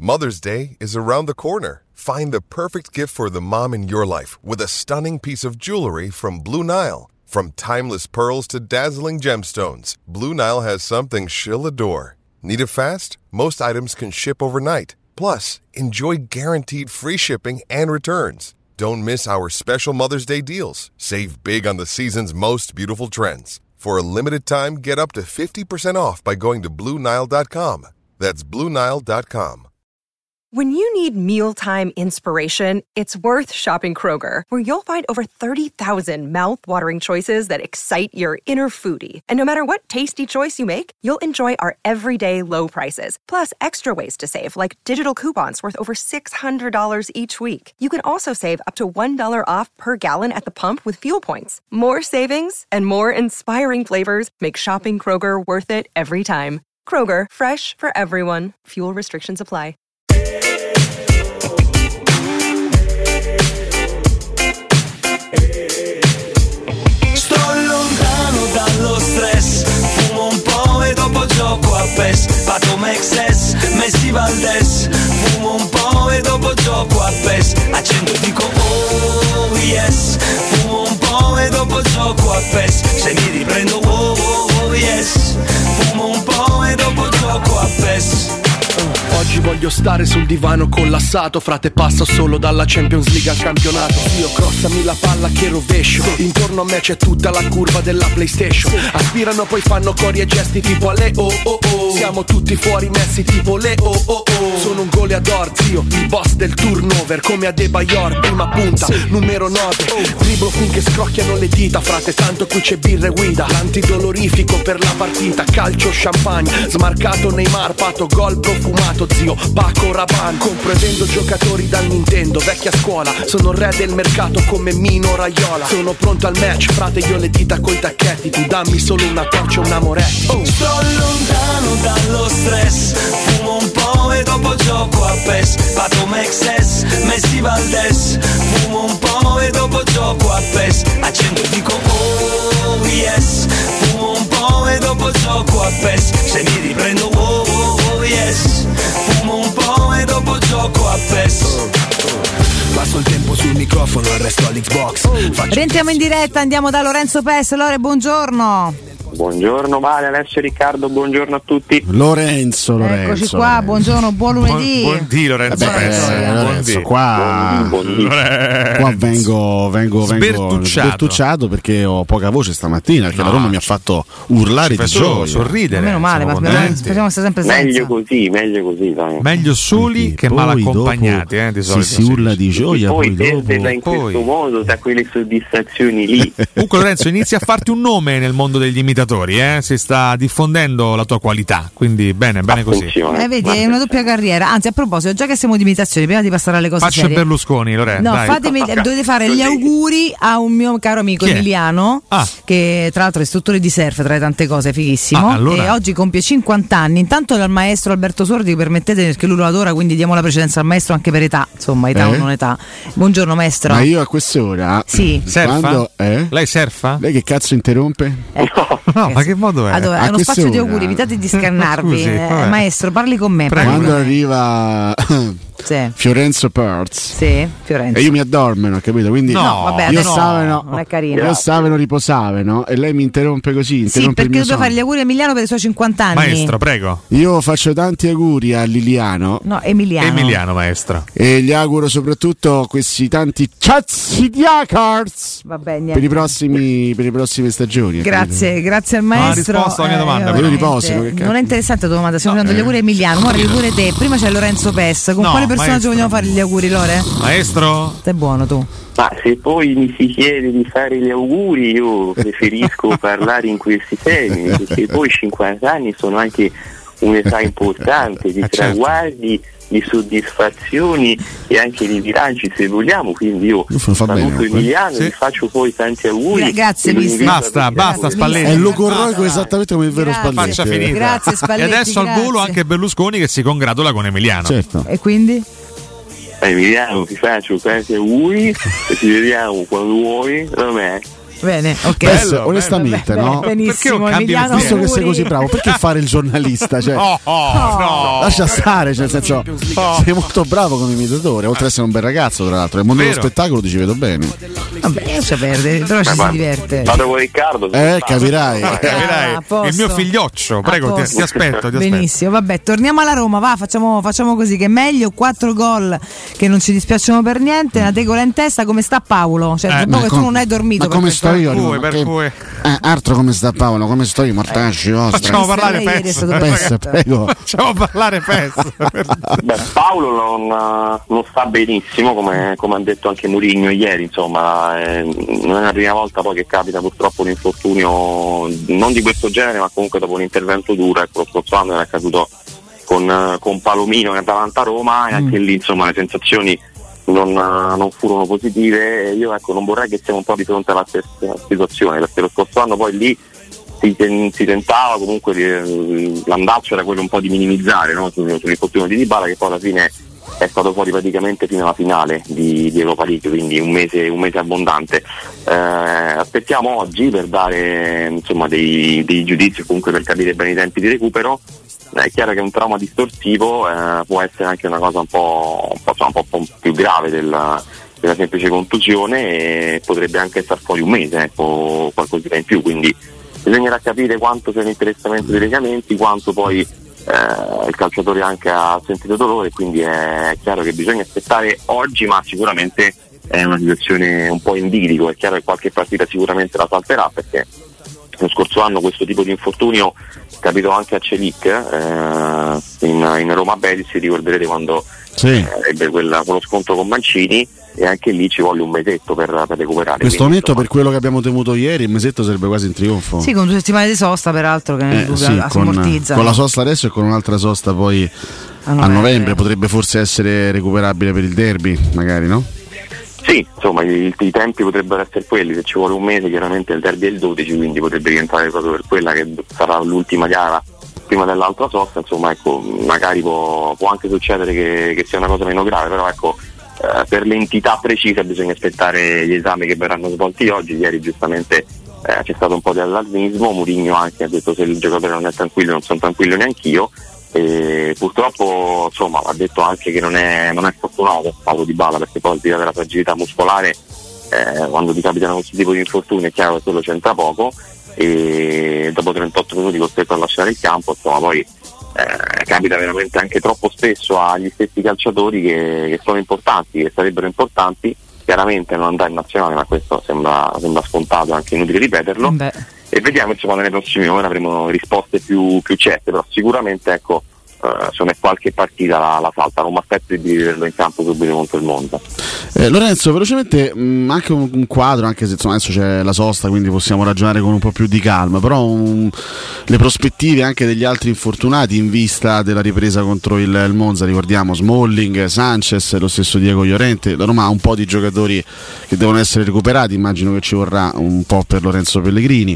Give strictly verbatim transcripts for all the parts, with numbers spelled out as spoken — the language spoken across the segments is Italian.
Mother's Day is around the corner. Find the perfect gift for the mom in your life with a stunning piece of jewelry from Blue Nile. From timeless pearls to dazzling gemstones, Blue Nile has something she'll adore. Need it fast? Most items can ship overnight. Plus, enjoy guaranteed free shipping and returns. Don't miss our special Mother's Day deals. Save big on the season's most beautiful trends. For a limited time, get up to fifty percent off by going to Blue Nile dot com. That's Blue Nile dot com. When you need mealtime inspiration, it's worth shopping Kroger, where you'll find over thirty thousand mouth-watering choices that excite your inner foodie. And no matter what tasty choice you make, you'll enjoy our everyday low prices, plus extra ways to save, like digital coupons worth over six hundred dollars each week. You can also save up to one dollar off per gallon at the pump with fuel points. More savings and more inspiring flavors make shopping Kroger worth it every time. Kroger, fresh for everyone. Fuel restrictions apply. Dallo stress, fumo un po' e dopo gioco a P E S. Pato Mexes, Messi Valdes, fumo un po' e dopo gioco a P E S. Accendo e dico oh yes, fumo un po' e dopo gioco a P E S. Se mi riprendo oh, oh, oh yes, fumo un po' e dopo gioco a P E S. Oggi voglio stare sul divano collassato, frate, passo solo dalla Champions League al campionato. Io crossami la palla che rovescio, intorno a me c'è tutta la curva della PlayStation. Aspirano poi fanno cori e gesti tipo alle oh oh oh. Siamo tutti fuori messi tipo le oh oh oh. Sono un goleador, zio, il boss del turnover, come Adebayor, prima punta, numero nove. Driblo finché scrocchiano le dita, frate, tanto qui c'è birra e guida. L'antidolorifico per la partita, calcio, champagne, smarcato Neymar, pato, gol profumato, zio, Paco Rabanne. Compro e vendo giocatori dal Nintendo, vecchia scuola, sono re del mercato come Mino Raiola. Sono pronto al match, frate, io le dita coi tacchetti, tu dammi solo una torcia, un amoretto. Oh. Sto lontano dallo stress, fumo un po' e dopo gioco a P E S. Pato Mexes, Messi Valdes, fumo un po' e dopo gioco a P E S. Accendo e dico oh yes, fumo un po' e dopo gioco a P E S. Se mi riprendo oh, oh, oh yes, fumo un po' e dopo gioco a P E S. Passo il tempo sul microfono, il resto all'Xbox. Faccio... Rientriamo in diretta, andiamo da Lorenzo Pes. Lore, buongiorno. Buongiorno Vale, Alessio, Riccardo, buongiorno a tutti. Lorenzo, Lorenzo. Eccoci qua, Lorenzo. Buongiorno, buon lunedì. Buon, buondì Lorenzo Vabbè, Pes. eh, Lorenzo, qua, buondì, buondì. qua vengo, vengo, vengo Sbertucciato. sbertucciato perché ho poca voce stamattina, perché No, la Roma mi ha fatto urlare di gioia. Sorridere. Meno male, ma speriamo, speriamo sia sempre senza. Meglio così, meglio così, dai. Meglio soli che Poi mal accompagnati, dopo eh, di si, solito. si urla di gioia, poi poi dopo perderla in questo Poi. modo, da quelle soddisfazioni lì. Comunque Lorenzo, inizia a farti un nome nel mondo degli imitatori, eh? Si sta diffondendo la tua qualità, quindi bene, bene così. Attenzione. Eh, vedi, è una doppia carriera. Anzi, a proposito, già che siamo di imitazioni, prima di passare alle cose Faccio serie. Berlusconi, Lorenzo. No, dai. fatemi, dovete fare gli auguri a un mio caro amico Chi è? Emiliano, Ah. che tra l'altro è istruttore di surf, tra le tante cose, fighissimo. Ah, allora. E oggi compie cinquanta anni. Intanto dal maestro Alberto Sordi, permettete, perché lui lo adora, quindi diamo la precedenza al maestro anche per età, insomma, età Eh? o non età. Buongiorno maestro. Ma io a quest'ora Sì. Surfa? quando, eh? Lei surfa? Lei che cazzo interrompe? No, ma che modo è? Allora, A è uno spazio di quest'ora? auguri, evitate di scannarvi. Scusi, Eh, vabbè. maestro, parli con me. Prego. parli Quando con me. arriva Sì. Fiorenzo Perz Sì, Fiorenzo. e io mi addormeno, capito? Quindi No, No, vabbè, io adesso stavano, non è carino. io stavano, riposavano e lei mi interrompe così, Sì, interrompe il perché mio dobbiamo fare gli sonno. auguri a Emiliano per i suoi cinquanta anni. Maestro, prego. Io faccio tanti auguri a Liliano No, Emiliano. Emiliano, maestro. e gli auguro soprattutto questi tanti cazzi di hackers Vabbè, niente. per i prossimi per le prossime stagioni. Grazie, grazie al Non ha maestro. risposto alla mia domanda, io però. Io veramente- riposo, che cazzo. non è interessante la domanda, stiamo facendo gli auguri a Emiliano. Ora arrivi pure te. Prima c'è Lorenzo Pes. Con No, quale personaggio maestro. vogliamo fare gli auguri, Lore? Maestro? Sei buono tu. Ma se poi mi si chiede di fare gli auguri, io preferisco parlare in questi termini, perché poi cinquanta anni sono anche un'età importante di Eh, certo. traguardi, di soddisfazioni e anche di viraggi, se vogliamo. Quindi io Uff, fa bene, saluto eh. Emiliano, Sì. gli faccio poi tanti auguri. Gra- grazie, e lo mister. invito a Basta, vedere. basta, Spalletti. È logorroico esattamente come il vero Grazie. Spalletti. Faccia finita. Grazie, Spalletti, E adesso al grazie. volo anche Berlusconi che si congratula con Emiliano. Certo. E quindi? Eh, Emiliano, ti faccio tanti auguri e ci vediamo quando vuoi da me. Bene, ok. Penso, Bello, onestamente, bello. no? Benissimo, Emiliano visto che sei Auguri. così bravo, perché fare il giornalista? Cioè, Oh, oh, no. lascia stare, cioè, nel senso, sei molto bravo come imitatore, oltre ad essere un bel ragazzo, tra l'altro. Nel mondo dello Vero. spettacolo ti ci vedo bene. Vabbè, non si perde, però ci si diverte. Vado con Riccardo. Eh, capirai. Capirai, Ah, a posto. il mio figlioccio, prego, A ti, posto. ti aspetto, ti aspetto. Benissimo, vabbè, torniamo alla Roma, va, facciamo, facciamo così che è meglio, quattro gol che non ci dispiacciono per niente, una tegola in testa, come sta Paolo? Cioè, Eh, dopo ma che com- tu non hai dormito ma per come questo- sto io? Per cui, Ma per che- cui. Eh, altro come sta Paolo, come sto io, mortacci vostri. Facciamo parlare Lei ieri è Pes. stato Pes, perfetto. prego. Facciamo parlare Pes. Beh, Paolo non, non sta benissimo, come, come ha detto anche Mourinho ieri, insomma, eh, non è la prima volta poi che capita purtroppo un infortunio non di questo genere, ma comunque dopo un intervento duro. Ecco, lo scorso anno era accaduto con, con Palomino in Atalanta Roma e anche lì insomma le sensazioni non, non furono positive. Io ecco non vorrei che siamo un po' di fronte alla stessa situazione, perché lo scorso anno poi lì si, ten- si tentava comunque di, l'andazzo era quello un po' di minimizzare, no? sull'infortunio di Dybala, che poi alla fine è stato fuori praticamente fino alla finale di, di Europa League, quindi un mese, un mese abbondante. Eh, aspettiamo oggi per dare insomma dei, dei giudizi, comunque per capire bene i tempi di recupero. È chiaro che un trauma distorsivo eh, può essere anche una cosa un po', un po', un po', un po' più grave della, della semplice contusione, e potrebbe anche star fuori un mese, ecco, qualcosina in più, quindi bisognerà capire quanto sia l'interessamento dei legamenti, quanto poi eh, il calciatore anche ha sentito dolore, quindi è chiaro che bisogna aspettare oggi, ma sicuramente è una situazione un po' in bilico. È chiaro che qualche partita sicuramente la salterà, perché lo scorso anno questo tipo di infortunio capitò anche a Celic eh, in, in Roma Betis, si ricorderete quando Sì. eh, ebbe quella, quello scontro con Mancini, e anche lì ci volle un mesetto per, per recuperare. Questo Quindi, momento, insomma, per quello che abbiamo temuto ieri, il mesetto sarebbe quasi in trionfo. Sì, con due settimane di sosta, peraltro, che Eh, eh, sì, si con, ammortizza. con la sosta adesso e con un'altra sosta poi A a novembre. novembre potrebbe forse essere recuperabile per il derby, magari, no? sì, insomma i, i tempi potrebbero essere quelli. Se ci vuole un mese, chiaramente il derby è il dodici, quindi potrebbe rientrare proprio per quella che sarà l'ultima gara prima dell'altra sosta. Insomma, ecco, magari può, può anche succedere che, che sia una cosa meno grave, però ecco, eh, per l'entità precisa bisogna aspettare gli esami che verranno svolti oggi. Ieri giustamente eh, c'è stato un po' di allarmismo, Mourinho anche ha detto se il giocatore non è tranquillo non sono tranquillo neanch'io, e purtroppo insomma ha detto anche che non è, non è fortunato Paolo Dybala, perché poi al di là della fragilità muscolare eh, quando ti capitano questo tipo di infortuni è chiaro che quello c'entra poco, e dopo trentotto minuti costretto a lasciare il campo, insomma poi eh, capita veramente anche troppo spesso agli stessi calciatori che, che sono importanti, che sarebbero importanti chiaramente non andare in nazionale, ma questo sembra, sembra scontato, anche inutile ripeterlo. Beh. E vediamo insomma nelle prossime ore avremo risposte più, più certe, però sicuramente ecco eh, insomma qualche partita la, la salta, non mi aspetto di vederlo in campo subito contro il Monza. Eh, Lorenzo, velocemente mh, anche un, un quadro, anche se insomma, adesso c'è la sosta, quindi possiamo ragionare con un po' più di calma, però un, le prospettive anche degli altri infortunati in vista della ripresa contro il, il Monza, ricordiamo Smalling, Sanchez, lo stesso Diego Llorente. La Roma ha un po' di giocatori che devono essere recuperati, immagino che ci vorrà un po' per Lorenzo Pellegrini.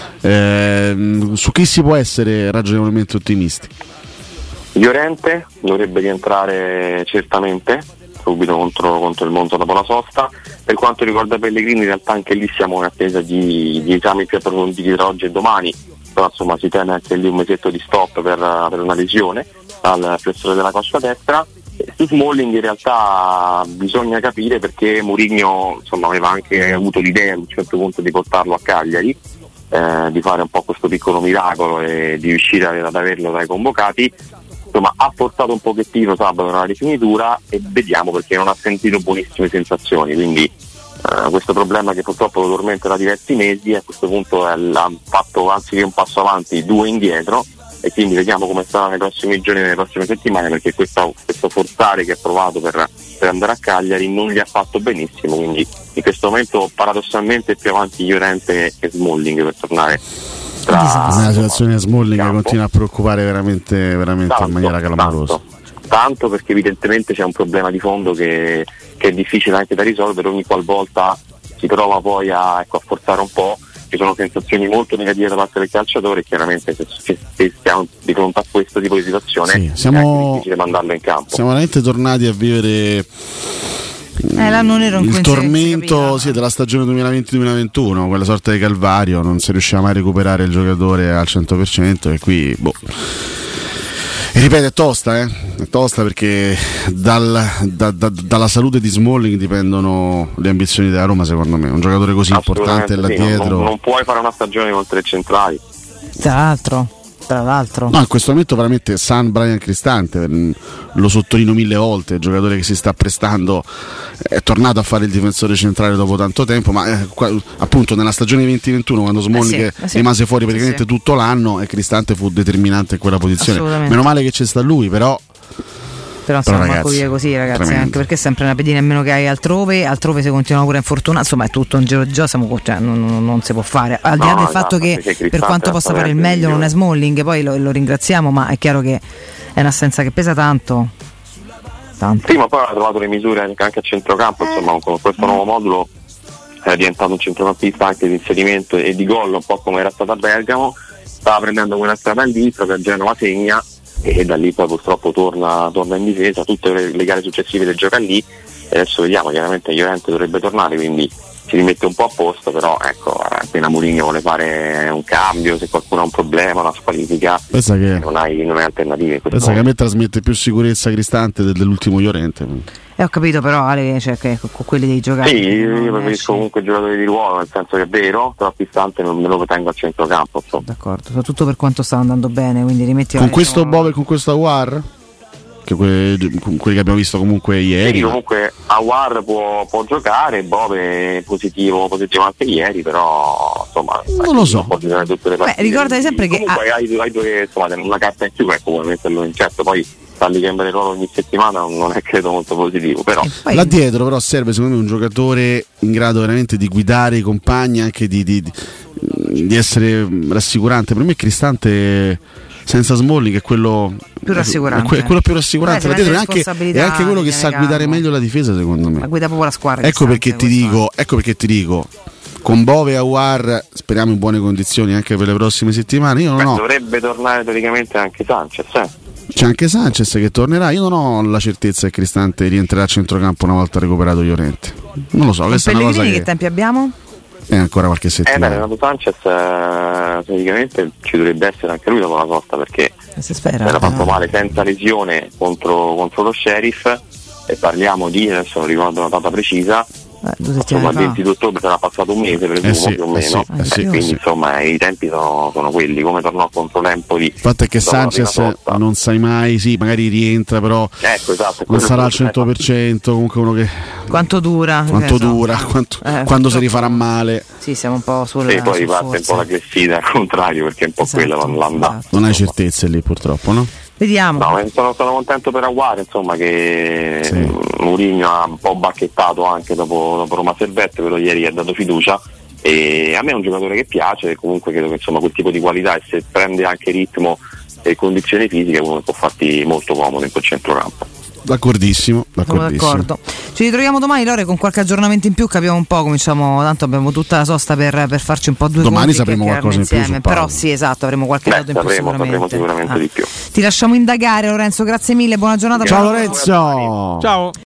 Eh, su chi si può essere ragionevolmente ottimisti? Llorente dovrebbe rientrare certamente subito contro, contro il Monza dopo la sosta. Per quanto riguarda Pellegrini, in realtà anche lì siamo in attesa di, di esami più approfonditi tra oggi e domani, però insomma si teme anche lì un mesetto di stop per, per una lesione al flessore della coscia destra. Su Smalling in realtà bisogna capire, perché Mourinho insomma aveva anche avuto l'idea a un certo punto di portarlo a Cagliari, eh, di fare un po' questo piccolo miracolo e di riuscire ad averlo dai convocati. Insomma ha portato un pochettino sabato nella rifinitura e vediamo, perché non ha sentito buonissime sensazioni, quindi eh, questo problema che purtroppo lo tormenta da diversi mesi a questo punto è, ha fatto anziché un passo avanti due indietro, e quindi vediamo come sarà nei prossimi giorni, nelle prossime settimane, perché questo, questo forzare che ha provato per, per andare a Cagliari non gli ha fatto benissimo, quindi in questo momento paradossalmente è più avanti Llorente e Smalling per tornare. Tra, La situazione Smalling campo. continua a preoccupare veramente, veramente Tanto, in maniera clamorosa. Tanto, tanto perché evidentemente c'è un problema di fondo che, che è difficile anche da risolvere. Ogni qualvolta si prova poi a, ecco, a forzare un po', ci sono sensazioni molto negative da parte del calciatore, e chiaramente se, se, se siamo di fronte a questo tipo di situazione Sì, è siamo- anche difficile mandarlo in campo. Siamo veramente tornati a vivere Eh, l'anno nero in il cui tormento sì, della stagione duemilaventi duemilaventuno, quella sorta di calvario, non si riusciva mai a recuperare il giocatore al cento per cento e qui boh. E ripeto, è tosta, eh? È tosta perché dal, da, da, dalla salute di Smalling dipendono le ambizioni della Roma, secondo me. Un giocatore così importante là sì, dietro. Non, non puoi fare una stagione con tre centrali. Tra l'altro, tra l'altro. No, in questo momento veramente San Brian Cristante, lo sottolineo mille volte, il giocatore che si sta prestando, è tornato a fare il difensore centrale dopo tanto tempo, ma eh, qua, appunto nella stagione venti ventuno quando Smalling eh sì, eh sì. rimase fuori praticamente sì, sì. tutto l'anno e Cristante fu determinante in quella posizione. Meno male che c'è sta lui, però però insomma però, ragazzi, dire così ragazzi tremendo. Anche perché è sempre una pedina in meno che hai altrove altrove si continuano pure a infortunare, insomma è tutto un giro di gioco, siamo, cioè, non, non, non si può fare al di là no, del fatto che per quanto possa fare il meglio non è Smalling, poi lo, lo ringraziamo, ma è chiaro che è un'assenza che pesa tanto tanto. Sì, ma poi ha trovato le misure anche a centrocampo, insomma con questo nuovo modulo è diventato un centrocampista anche di inserimento e di gol, un po' come era stato a Bergamo, stava prendendo quella strada al distro che a Genova segna e da lì poi purtroppo torna, torna in difesa, tutte le, le gare successive le gioca lì e adesso vediamo, chiaramente Llorente dovrebbe tornare, quindi si rimette un po' a posto, però ecco, appena Mourinho vuole fare un cambio, se qualcuno ha un problema, una squalifica, pensa che non hai, non hai alternative. Pensa che a me trasmette più sicurezza Cristante dell'ultimo Llorente. Eh, ho capito, però Ale, cioè, che, con quelli dei giocatori. Sì, io preferisco comunque giocatori di ruolo, nel senso che è vero, però Cristante non me lo tengo al centrocampo. Insomma. D'accordo, soprattutto per quanto sta andando bene, quindi rimetti con questo diciamo... Bove, con questo Aouar? Che que- quelli che abbiamo visto comunque ieri. Sì, comunque Aouar può, può giocare, Bove positivo, positivo anche ieri, però insomma non lo so. Non tutte le Beh, ricordati sempre che comunque ah... hai, hai due, insomma, una carta in più, ecco, puoi metterlo in certo, poi fargli cambiare ruolo ogni settimana non è credo molto positivo, però là dietro però serve secondo me un giocatore in grado veramente di guidare i compagni, anche di, di, di essere rassicurante. Per me Cristante senza Smalling è quello più rassicurante, è, que- è quello più rassicurante. Beh, è anche, è anche quello che sa guidare calmo. meglio la difesa, secondo me. La guida proprio la squadra. Ecco perché ti dico, ecco perché ti dico. Con Bove e Aouar speriamo in buone condizioni anche per le prossime settimane. Io non Beh, ho... dovrebbe tornare teoricamente anche Sanchez, eh? C'è anche Sanchez che tornerà. Io non ho la certezza che Cristante rientrerà a centrocampo una volta recuperato Llorente. Non lo so, questa è una cosa che... che tempi abbiamo? È ancora qualche settimana. Eh beh, Renato Sanchez eh, praticamente ci dovrebbe essere anche lui dopo la sosta, perché si spera, era fatto eh. male senza lesione contro, contro lo Sheriff, e parliamo di, adesso non ricordo la data precisa, eh, insomma il venti ottobre sarà passato un mese presumo, eh sì, più o eh meno, sì, eh sì, quindi sì. insomma i tempi sono, sono quelli, come tornò contro l'Empoli. Il fatto è che Sanchez non sai mai, sì, magari rientra, però ecco, esatto, non sarà al cento per cento, comunque uno che quanto dura quanto dura so. quanto, eh, quando si rifarà male. Sì, siamo un po' sulla e poi riparte un po' la clessida al contrario, perché è un po' esatto, quella non l'anda. Esatto. Non hai certezze lì purtroppo, no? Vediamo. No, sono, sono contento per Aouar, insomma, che sì. Mourinho ha un po' bacchettato anche dopo, dopo Roma Servette, però ieri gli ha dato fiducia e a me è un giocatore che piace e comunque credo che insomma quel tipo di qualità, e se prende anche ritmo e condizioni fisiche uno può farti molto comodo in quel centrocampo. D'accordissimo, d'accordissimo. D'accordo. Ci ritroviamo domani, Lore, con qualche aggiornamento in più, capiamo un po', cominciamo, tanto abbiamo tutta la sosta per, per farci un po' due domani sapremo qualcosa in più su però sì, esatto, avremo qualche Beh, dato in più sapremo, sicuramente, sapremo sicuramente ah. di più. Ti lasciamo indagare, Lorenzo, grazie mille, buona giornata. Ciao Lorenzo. Ciao.